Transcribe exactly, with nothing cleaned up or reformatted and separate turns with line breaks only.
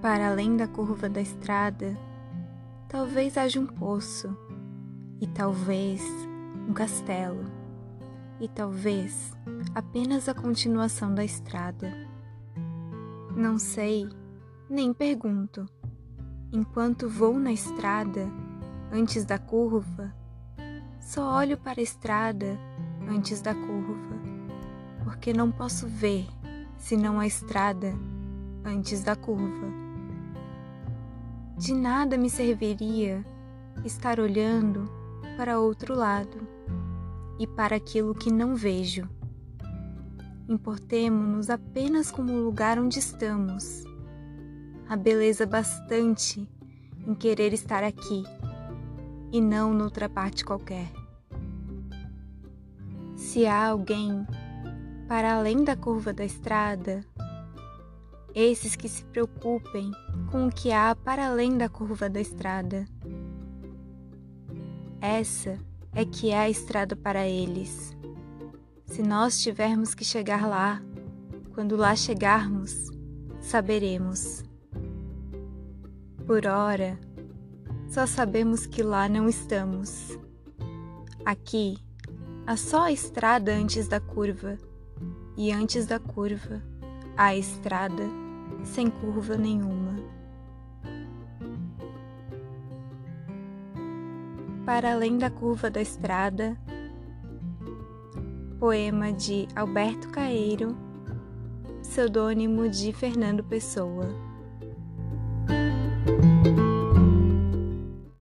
Para além da curva da estrada, talvez haja um poço, e talvez um castelo, e talvez apenas a continuação da estrada. Não sei, nem pergunto. Enquanto vou na estrada, antes da curva, só olho para a estrada antes da curva, porque não posso ver senão a estrada antes da curva. De nada me serviria estar olhando para outro lado e para aquilo que não vejo. Importemo-nos apenas com o lugar onde estamos. Há beleza bastante em querer estar aqui e não noutra parte qualquer. Se há alguém para além da curva da estrada, esses que se preocupem com o que há para além da curva da estrada. Essa é que é a estrada para eles. Se nós tivermos que chegar lá, quando lá chegarmos, saberemos. Por ora, só sabemos que lá não estamos. Aqui, há só a estrada antes da curva, e antes da curva, a estrada sem curva nenhuma. Para além da curva da estrada, poema de Alberto Caeiro, pseudônimo de Fernando Pessoa.